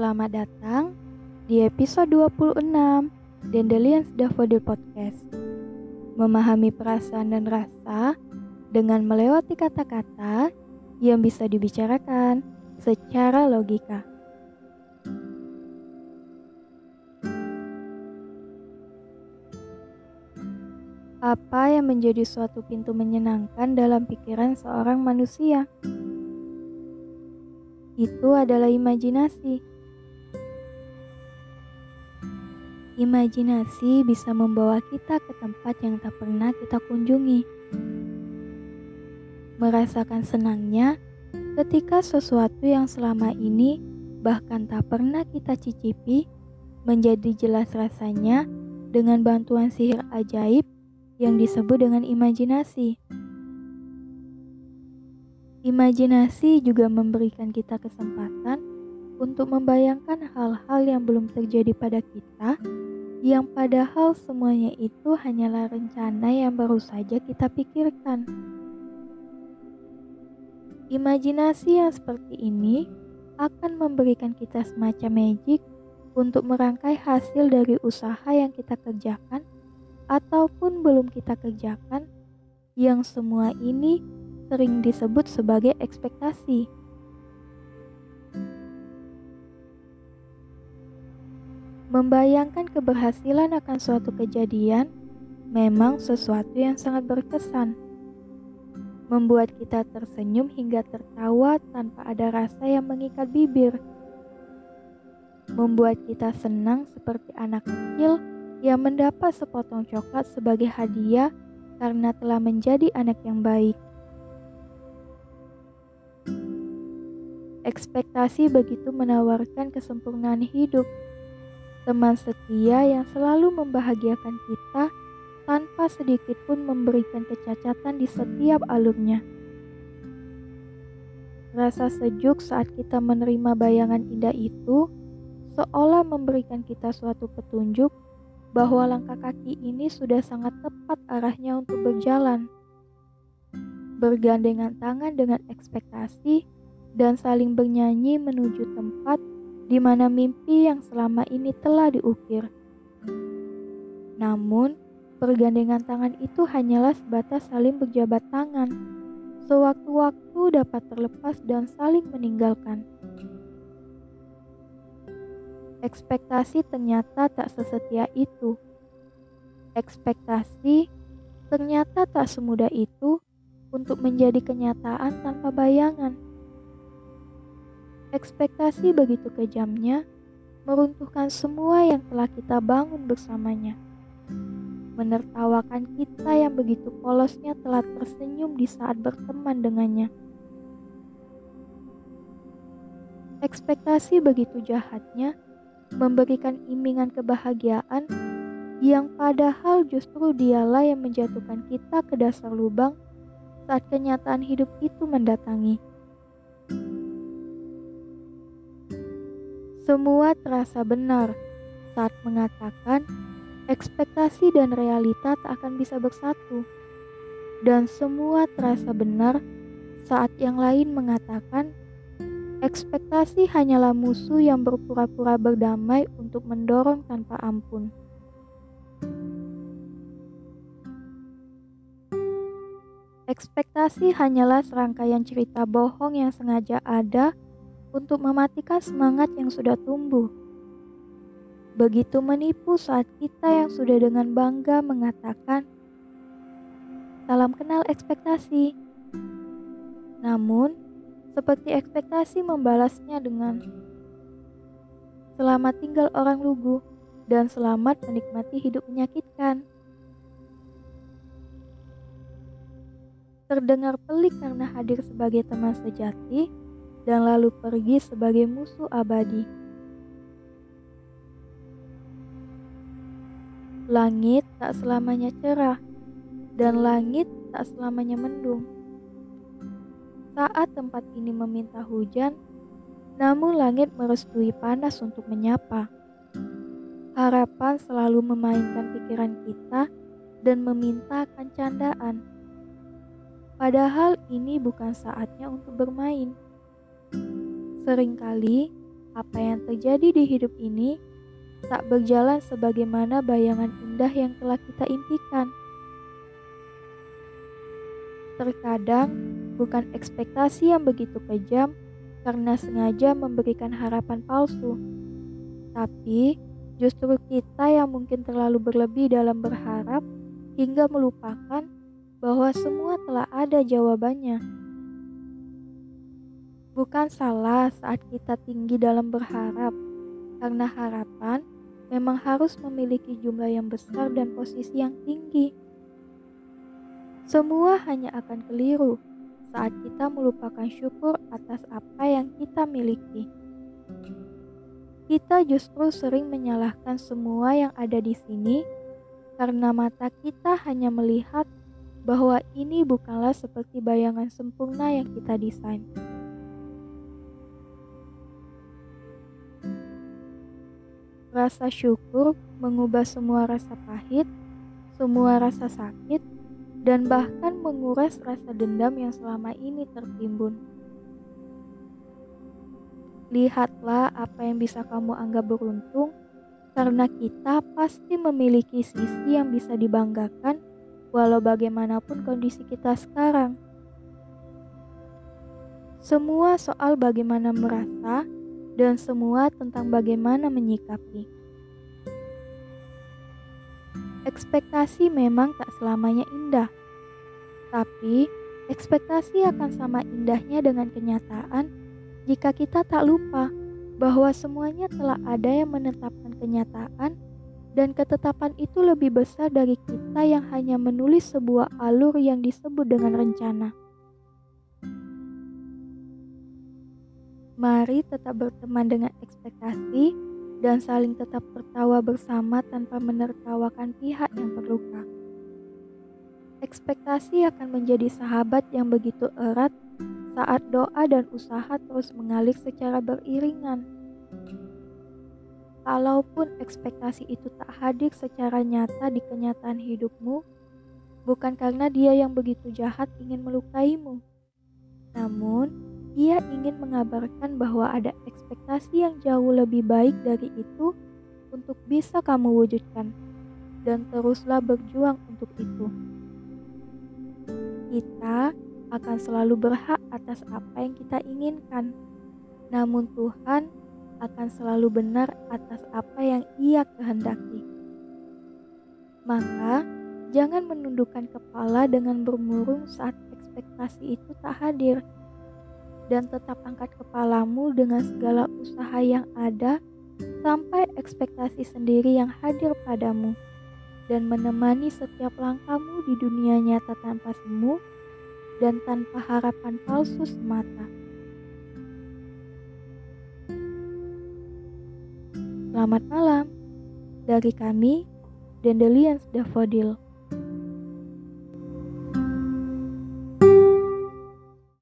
Selamat datang di episode 26 Dandelions Daffodil Podcast. Memahami perasaan dan rasa dengan melewati kata-kata yang bisa dibicarakan secara logika. Apa yang menjadi suatu pintu menyenangkan dalam pikiran seorang manusia? Itu adalah imajinasi. Imajinasi bisa membawa kita ke tempat yang tak pernah kita kunjungi. Merasakan senangnya ketika sesuatu yang selama ini bahkan tak pernah kita cicipi menjadi jelas rasanya dengan bantuan sihir ajaib yang disebut dengan imajinasi. Imajinasi juga memberikan kita kesempatan untuk membayangkan hal-hal yang belum terjadi pada kita, yang padahal semuanya itu hanyalah rencana yang baru saja kita pikirkan. Imajinasi yang seperti ini akan memberikan kita semacam magic untuk merangkai hasil dari usaha yang kita kerjakan ataupun belum kita kerjakan, yang semua ini sering disebut sebagai ekspektasi. Membayangkan keberhasilan akan suatu kejadian memang sesuatu yang sangat berkesan. Membuat kita tersenyum hingga tertawa tanpa ada rasa yang mengikat bibir. Membuat kita senang seperti anak kecil yang mendapat sepotong coklat sebagai hadiah karena telah menjadi anak yang baik. Ekspektasi begitu menawarkan kesempurnaan hidup, teman setia yang selalu membahagiakan kita tanpa sedikit pun memberikan kecacatan di setiap alurnya. Rasa sejuk saat kita menerima bayangan indah itu seolah memberikan kita suatu petunjuk bahwa langkah kaki ini sudah sangat tepat arahnya untuk berjalan. Bergandengan tangan dengan ekspektasi dan saling bernyanyi menuju tempat di mana mimpi yang selama ini telah diukir. Namun, pergandengan tangan itu hanyalah sebatas saling berjabat tangan. Sewaktu-waktu dapat terlepas dan saling meninggalkan. Ekspektasi ternyata tak sesetia itu. Ekspektasi ternyata tak semudah itu untuk menjadi kenyataan tanpa bayangan. Ekspektasi begitu kejamnya meruntuhkan semua yang telah kita bangun bersamanya. Menertawakan kita yang begitu polosnya telah tersenyum di saat berteman dengannya. Ekspektasi begitu jahatnya memberikan imingan kebahagiaan yang padahal justru dialah yang menjatuhkan kita ke dasar lubang saat kenyataan hidup itu mendatangi. Semua terasa benar saat mengatakan ekspektasi dan realita tak akan bisa bersatu. Dan semua terasa benar saat yang lain mengatakan ekspektasi hanyalah musuh yang berpura-pura berdamai untuk mendorong tanpa ampun. Ekspektasi hanyalah serangkaian cerita bohong yang sengaja ada untuk mematikan semangat yang sudah tumbuh. Begitu menipu saat kita yang sudah dengan bangga mengatakan, "Salam kenal ekspektasi." Namun, seperti ekspektasi membalasnya dengan, "Selamat tinggal orang lugu, dan selamat menikmati hidup menyakitkan." Terdengar pelik karena hadir sebagai teman sejati, dan lalu pergi sebagai musuh abadi. Langit tak selamanya cerah, dan langit tak selamanya mendung. Saat tempat ini meminta hujan, namun langit merestui panas untuk menyapa. Harapan selalu memainkan pikiran kita dan meminta akan candaan. Padahal ini bukan saatnya untuk bermain. Seringkali apa yang terjadi di hidup ini tak berjalan sebagaimana bayangan indah yang telah kita impikan. Terkadang bukan ekspektasi yang begitu kejam karena sengaja memberikan harapan palsu, tapi justru kita yang mungkin terlalu berlebih dalam berharap hingga melupakan bahwa semua telah ada jawabannya. Bukan salah saat kita tinggi dalam berharap, karena harapan memang harus memiliki jumlah yang besar dan posisi yang tinggi. Semua hanya akan keliru saat kita melupakan syukur atas apa yang kita miliki. Kita justru sering menyalahkan semua yang ada di sini karena mata kita hanya melihat bahwa ini bukanlah seperti bayangan sempurna yang kita desain. Rasa syukur mengubah semua rasa pahit, semua rasa sakit, dan bahkan menguras rasa dendam yang selama ini tertimbun. Lihatlah apa yang bisa kamu anggap beruntung, karena kita pasti memiliki sisi yang bisa dibanggakan, walau bagaimanapun kondisi kita sekarang. Semua soal bagaimana merasa, dan semua tentang bagaimana menyikapi. Ekspektasi memang tak selamanya indah, tapi ekspektasi akan sama indahnya dengan kenyataan jika kita tak lupa bahwa semuanya telah ada yang menetapkan kenyataan, dan ketetapan itu lebih besar dari kita yang hanya menulis sebuah alur yang disebut dengan rencana. Mari tetap berteman dengan ekspektasi dan saling tetap tertawa bersama tanpa menertawakan pihak yang terluka. Ekspektasi akan menjadi sahabat yang begitu erat saat doa dan usaha terus mengalir secara beriringan. Kalaupun ekspektasi itu tak hadir secara nyata di kenyataan hidupmu, bukan karena dia yang begitu jahat ingin melukaimu, namun ia ingin mengabarkan bahwa ada ekspektasi yang jauh lebih baik dari itu untuk bisa kamu wujudkan, dan teruslah berjuang untuk itu. Kita akan selalu berhak atas apa yang kita inginkan, namun Tuhan akan selalu benar atas apa yang Ia kehendaki. Maka, jangan menundukkan kepala dengan bermurung saat ekspektasi itu tak hadir. Dan tetap angkat kepalamu dengan segala usaha yang ada sampai ekspektasi sendiri yang hadir padamu dan menemani setiap langkahmu di dunia nyata tanpa semu dan tanpa harapan palsu semata. Selamat malam dari kami, Dandelions Daffodil.